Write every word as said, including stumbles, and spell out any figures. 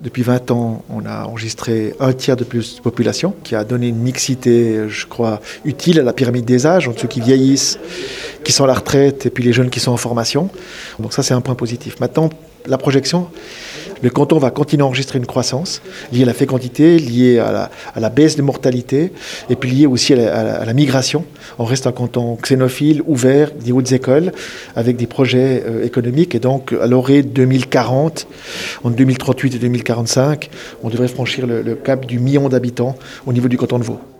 Depuis vingt ans, on a enregistré un tiers de plus de population, qui a donné une mixité, je crois, utile à la pyramide des âges, entre ceux qui vieillissent, qui sont à la retraite, et puis les jeunes qui sont en formation. Donc ça, c'est un point positif. Maintenant, la projection, le canton va continuer à enregistrer une croissance liée à la fécondité, liée à la, à la baisse de mortalité, et puis liée aussi à la, à la, à la migration. On reste un canton xénophile, ouvert, des hautes écoles, avec des projets euh, économiques. Et donc, à l'orée deux mille quarante, entre deux mille trente-huit et deux mille quarante-cinq, on devrait franchir le, le cap du million d'habitants au niveau du canton de Vaud.